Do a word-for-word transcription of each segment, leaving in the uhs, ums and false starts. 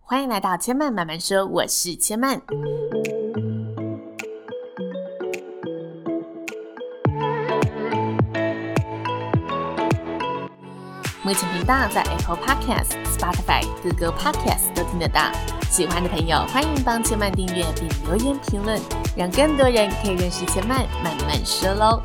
欢迎来到千曼慢慢说，我是千曼。目前频道在 Apple Podcast、Spotify、Google Podcast 都听得到。喜欢的朋友欢迎帮千曼订阅并留言评论，让更多人可以认识千曼慢慢说咯。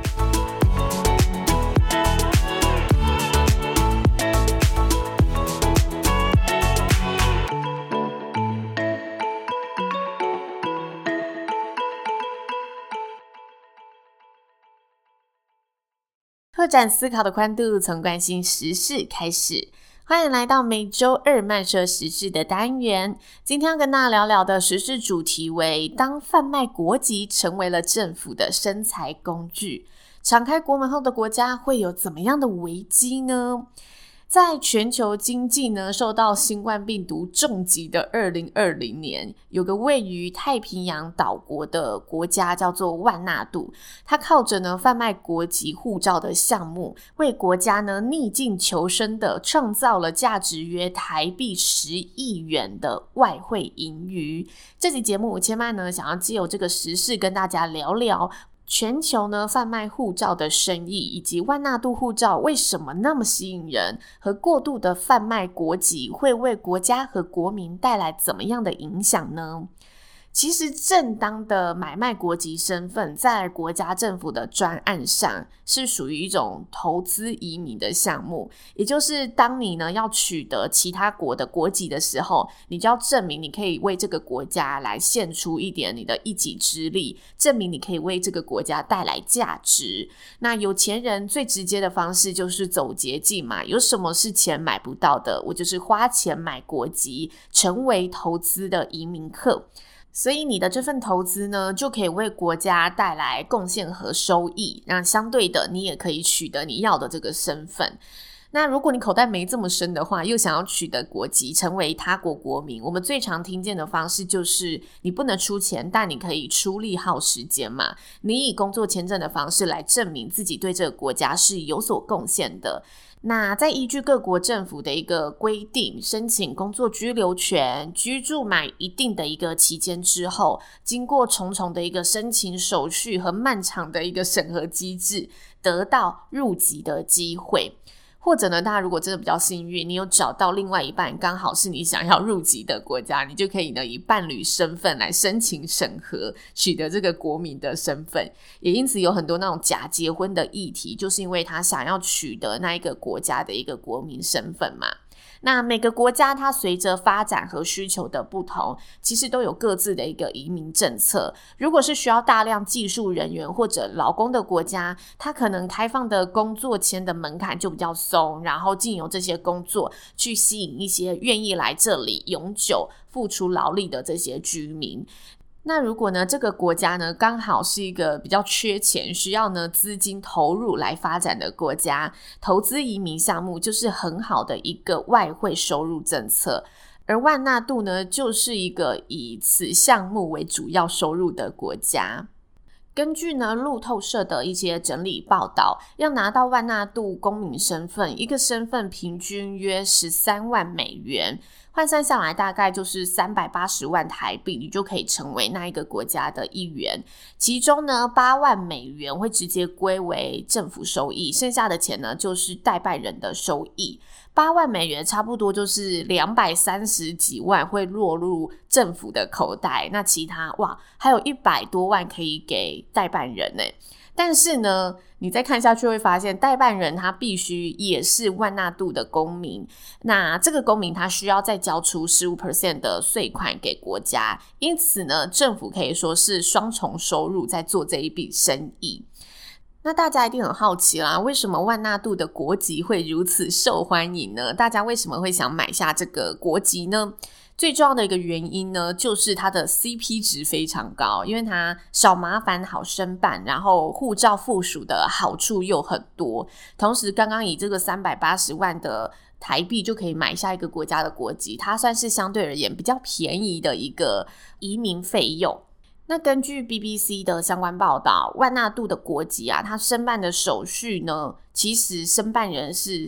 拓展思考的宽度，从关心时事开始。欢迎来到每周二慢说时事的单元。今天要跟大家聊聊的时事主题为：当贩卖国籍成为了政府的生财工具，敞开国门后的国家会有怎么样的危机呢？在全球经济呢受到新冠病毒重击的二零二零年，有个位于太平洋岛国的国家叫做万纳度，它靠着呢贩卖国籍护照的项目，为国家呢逆境求生的创造了价值约台币十亿元的外汇盈余。这集节目千曼呢想要藉由这个时事跟大家聊聊全球呢贩卖护照的生意，以及万纳度护照为什么那么吸引人，和过度的贩卖国籍会为国家和国民带来怎么样的影响呢？其实正当的买卖国籍身份在国家政府的专案上是属于一种投资移民的项目，也就是当你呢要取得其他国的国籍的时候，你就要证明你可以为这个国家来献出一点你的一己之力，证明你可以为这个国家带来价值。那有钱人最直接的方式就是走捷径嘛，有什么是钱买不到的，我就是花钱买国籍，成为投资的移民客。所以你的这份投资呢，就可以为国家带来贡献和收益，那相对的你也可以取得你要的这个身份。那如果你口袋没这么深的话，又想要取得国籍成为他国国民，我们最常听见的方式就是你不能出钱，但你可以出力耗时间嘛，你以工作签证的方式来证明自己对这个国家是有所贡献的。那在依据各国政府的一个规定，申请工作居留权，居住满一定的一个期间之后，经过重重的一个申请手续和漫长的一个审核机制，得到入籍的机会。或者呢，大家如果真的比较幸运，你有找到另外一半刚好是你想要入籍的国家，你就可以呢以伴侣身份来申请审核，取得这个国民的身份。也因此有很多那种假结婚的议题，就是因为他想要取得那一个国家的一个国民身份嘛。那每个国家它随着发展和需求的不同，其实都有各自的一个移民政策。如果是需要大量技术人员或者劳工的国家，它可能开放的工作签的门槛就比较松，然后藉由这些工作去吸引一些愿意来这里永久付出劳力的这些居民。那如果呢这个国家呢刚好是一个比较缺钱，需要呢资金投入来发展的国家，投资移民项目就是很好的一个外汇收入政策。而万纳度呢就是一个以此项目为主要收入的国家。根据呢路透社的一些整理报道，要拿到万纳度公民身份，一个身份平均约十三万美元，换算下来大概就是三百八十万台币，你就可以成为那一个国家的一员。其中呢八万美元会直接归为政府收益，剩下的钱呢就是代办人的收益。八万美元差不多就是两百三十几万会落入政府的口袋，那其他哇还有一百多万可以给代办人耶。但是呢你再看下去会发现，代办人他必须也是万纳度的公民，那这个公民他需要再交出 百分之十五 的税款给国家，因此呢政府可以说是双重收入在做这一笔生意。那大家一定很好奇啦，为什么万纳度的国籍会如此受欢迎呢？大家为什么会想买下这个国籍呢？最重要的一个原因呢，就是它的 C P 值非常高，因为它少麻烦好申办，然后护照附属的好处又很多，同时刚刚以这个三百八十万的台币就可以买下一个国家的国籍，它算是相对而言比较便宜的一个移民费用。那根据 B B C 的相关报道，万纳度的国籍啊，它申办的手续呢，其实申办人是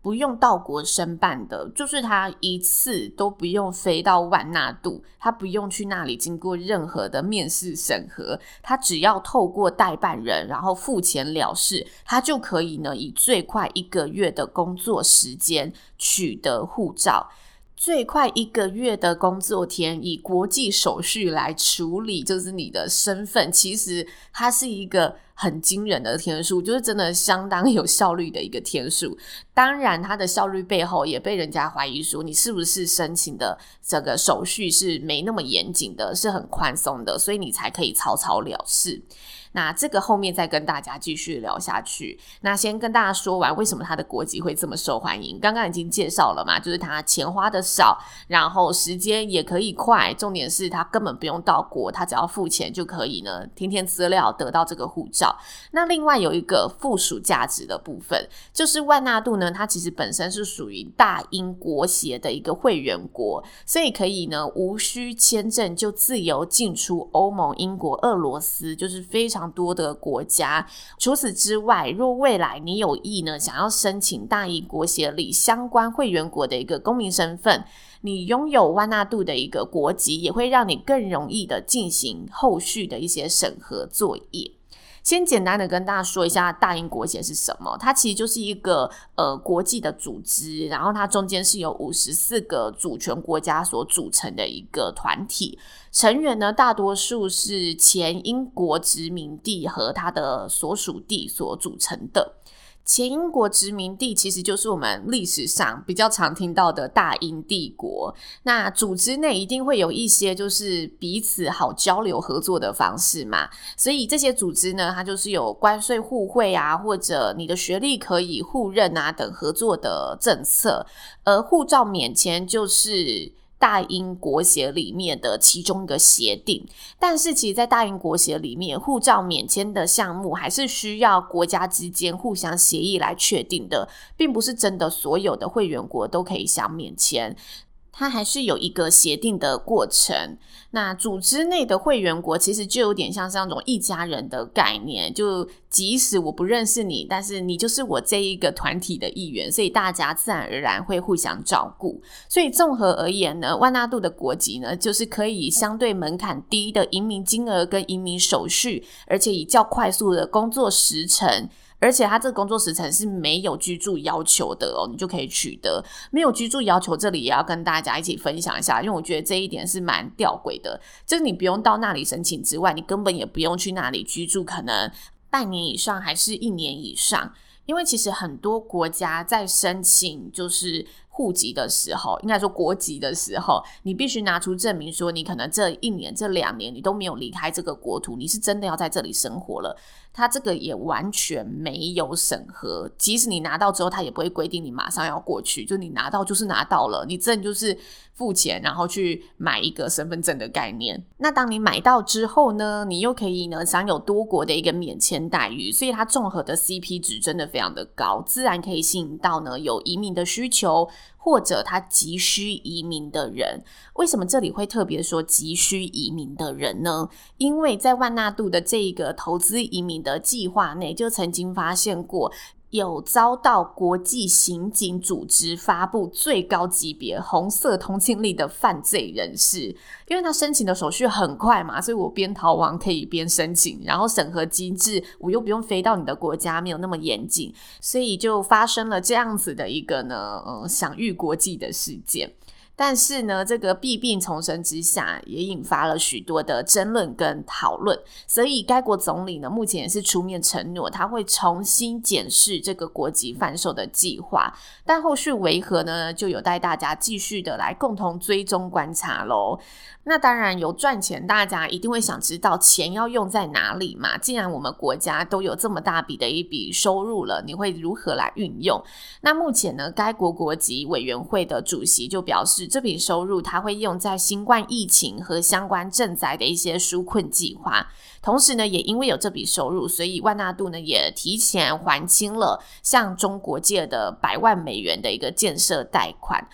不用到国申办的，就是他一次都不用飞到万纳度，他不用去那里经过任何的面试审核，他只要透过代办人然后付钱了事，他就可以呢以最快一个月的工作时间取得护照。最快一个月的工作天以国际手续来处理，就是你的身份，其实它是一个很惊人的天数，就是真的相当有效率的一个天数。当然它的效率背后也被人家怀疑说你是不是申请的这个手续是没那么严谨的，是很宽松的，所以你才可以草草了事。那这个后面再跟大家继续聊下去。那先跟大家说完为什么他的国籍会这么受欢迎，刚刚已经介绍了嘛，就是他钱花的少，然后时间也可以快，重点是他根本不用到国，他只要付钱就可以呢填填资料得到这个护照。那另外有一个附属价值的部分，就是万纳度呢它其实本身是属于大英国协的一个会员国，所以可以呢无需签证就自由进出欧盟、英国、俄罗斯，就是非常多的国家。除此之外，若未来你有意呢想要申请大英国协里相关会员国的一个公民身份，你拥有万纳度的一个国籍，也会让你更容易的进行后续的一些审核作业。先简单的跟大家说一下大英国协是什么，它其实就是一个呃国际的组织，然后它中间是由五十四个主权国家所组成的一个团体，成员呢大多数是前英国殖民地和它的所属地所组成的。前英国殖民地其实就是我们历史上比较常听到的大英帝国，那组织内一定会有一些就是彼此好交流合作的方式嘛，所以这些组织呢它就是有关税互惠啊，或者你的学历可以互认啊等合作的政策，而护照免签就是大英国协里面的其中一个协定。但是其实在大英国协里面，护照免签的项目还是需要国家之间互相协议来确定的，并不是真的所有的会员国都可以相免签，它还是有一个协定的过程。那组织内的会员国其实就有点像是那种一家人的概念，就即使我不认识你，但是你就是我这一个团体的一员，所以大家自然而然会互相照顾。所以综合而言呢，万纳度的国籍呢，就是可以相对门槛低的移民金额跟移民手续，而且以较快速的工作时程，而且它这个工作时程是没有居住要求的哦，你就可以取得。没有居住要求，这里也要跟大家一起分享一下，因为我觉得这一点是蛮吊诡的，就是你不用到那里申请之外，你根本也不用去那里居住，可能半年以上还是一年以上。因为其实很多国家在申请就是户籍的时候，应该说国籍的时候，你必须拿出证明说你可能这一年这两年你都没有离开这个国土，你是真的要在这里生活了。它这个也完全没有审核，即使你拿到之后，它也不会规定你马上要过去，就你拿到就是拿到了，你真的就是付钱然后去买一个身份证的概念。那当你买到之后呢，你又可以呢享有多国的一个免签待遇，所以它综合的 C P 值真的非常的高，自然可以吸引到呢有移民的需求，或者他急需移民的人。为什么这里会特别说急需移民的人呢？因为在万纳度的这一个投资移民的计划内，就曾经发现过有遭到国际刑警组织发布最高级别红色通缉令的犯罪人士。因为他申请的手续很快嘛，所以我边逃亡可以边申请，然后审核机制我又不用飞到你的国家，没有那么严谨，所以就发生了这样子的一个呢呃享誉国际的事件。但是呢，这个弊病丛生之下，也引发了许多的争论跟讨论，所以该国总理呢，目前也是出面承诺，他会重新检视这个国籍贩售的计划，但后续为何呢，就有待大家继续的来共同追踪观察咯。那当然有赚钱，大家一定会想知道钱要用在哪里嘛，既然我们国家都有这么大笔的一笔收入了，你会如何来运用？那目前呢，该国国籍委员会的主席就表示，这笔收入它会用在新冠疫情和相关赈灾的一些纾困计划，同时呢，也因为有这笔收入，所以万纳度呢也提前还清了向中国借的百万美元的一个建设贷款。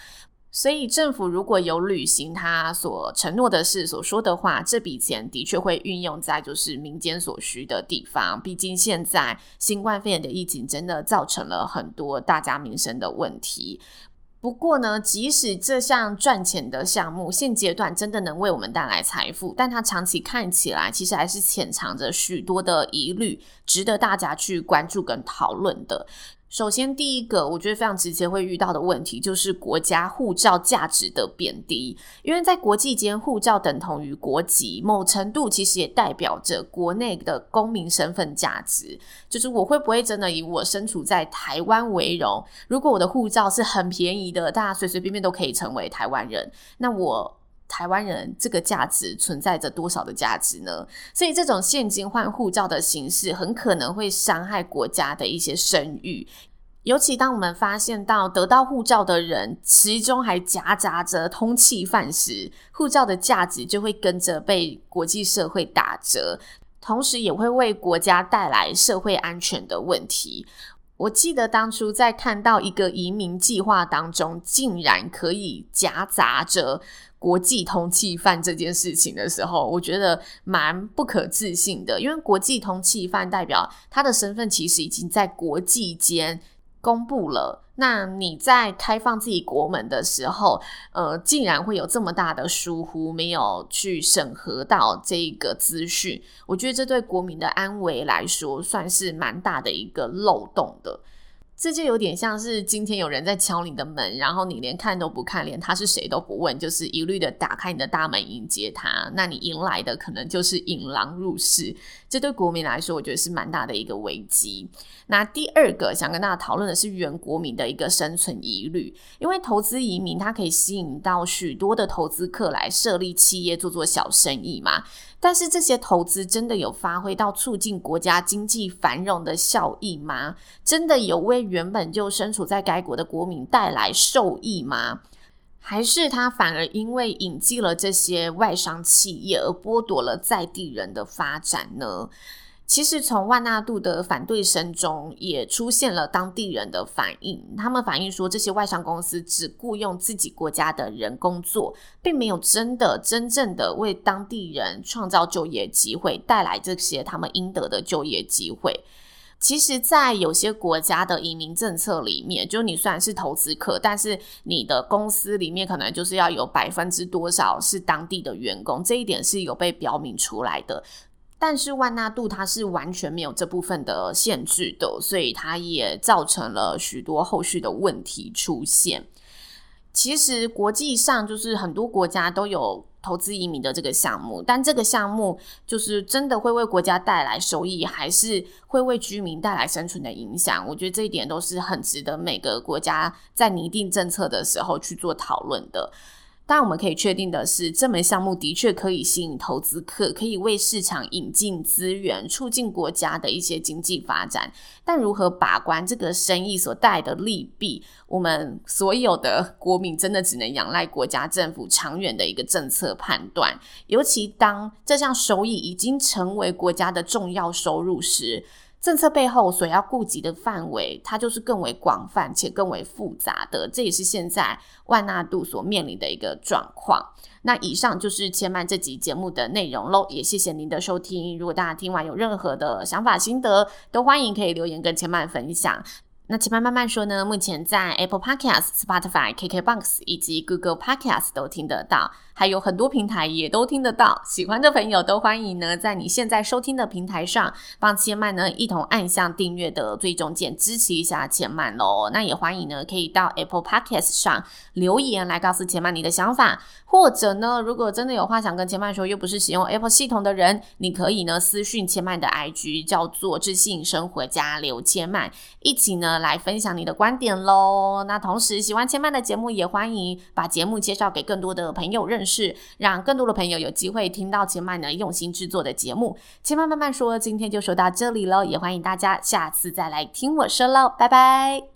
所以政府如果有履行他所承诺的事所说的话，这笔钱的确会运用在就是民间所需的地方，毕竟现在新冠肺炎的疫情真的造成了很多大家民生的问题。不过呢，即使这项赚钱的项目现阶段真的能为我们带来财富，但它长期看起来其实还是潜藏着许多的疑虑，值得大家去关注跟讨论的。首先第一个我觉得非常直接会遇到的问题就是国家护照价值的贬低，因为在国际间护照等同于国籍，某程度其实也代表着国内的公民身份价值，就是我会不会真的以我身处在台湾为荣，如果我的护照是很便宜的，大家随随便便都可以成为台湾人，那我台湾人这个价值存在着多少的价值呢？所以这种现金换护照的形式很可能会伤害国家的一些声誉，尤其当我们发现到得到护照的人其中还夹杂着通缉犯时，护照的价值就会跟着被国际社会打折，同时也会为国家带来社会安全的问题。我记得当初在看到一个移民计划当中竟然可以夹杂着国际通缉犯这件事情的时候，我觉得蛮不可置信的，因为国际通缉犯代表他的身份其实已经在国际间公布了，那你在开放自己国门的时候呃，竟然会有这么大的疏忽，没有去审核到这个资讯，我觉得这对国民的安危来说算是蛮大的一个漏洞的。这就有点像是今天有人在敲你的门，然后你连看都不看，连他是谁都不问，就是一律的打开你的大门迎接他，那你迎来的可能就是引狼入室，这对国民来说我觉得是蛮大的一个危机。那第二个想跟大家讨论的是原国民的一个生存疑虑，因为投资移民它可以吸引到许多的投资客来设立企业做做小生意嘛，但是这些投资真的有发挥到促进国家经济繁荣的效益吗？真的有为原本就身处在该国的国民带来受益吗？还是他反而因为引进了这些外商企业而剥夺了在地人的发展呢？其实从万纳度的反对声中也出现了当地人的反应，他们反映说这些外商公司只雇用自己国家的人工作，并没有真的真正的为当地人创造就业机会，带来这些他们应得的就业机会。其实在有些国家的移民政策里面，就你虽然是投资客，但是你的公司里面可能就是要有百分之多少是当地的员工，这一点是有被标明出来的。但是万纳度它是完全没有这部分的限制的，所以它也造成了许多后续的问题出现。其实国际上就是很多国家都有投资移民的这个项目，但这个项目就是真的会为国家带来收益，还是会为居民带来生存的影响，我觉得这一点都是很值得每个国家在拟定政策的时候去做讨论的。当然我们可以确定的是，这门项目的确可以吸引投资客，可以为市场引进资源，促进国家的一些经济发展，但如何把关这个生意所带来的利弊，我们所有的国民真的只能仰赖国家政府长远的一个政策判断，尤其当这项收益已经成为国家的重要收入时，政策背后所要顾及的范围它就是更为广泛且更为复杂的，这也是现在万纳度所面临的一个状况。那以上就是千曼这集节目的内容咯，也谢谢您的收听。如果大家听完有任何的想法心得，都欢迎可以留言跟千曼分享。那千曼慢慢说呢，目前在 Apple Podcast、Spotify、K K B O X 以及 Google Podcast 都听得到，还有很多平台也都听得到。喜欢的朋友都欢迎呢，在你现在收听的平台上帮千曼呢一同按下订阅的追踪键，支持一下千曼咯。那也欢迎呢可以到 Apple Podcast 上留言来告诉千曼你的想法，或者呢如果真的有话想跟千曼说，又不是使用 Apple 系统的人，你可以呢私讯千曼的 I G 叫做知性生活家刘千曼，一起呢来分享你的观点咯。那同时喜欢千曼的节目，也欢迎把节目介绍给更多的朋友认识，让更多的朋友有机会听到千曼呢用心制作的节目。千曼慢慢说今天就说到这里咯，也欢迎大家下次再来听我说咯，拜拜。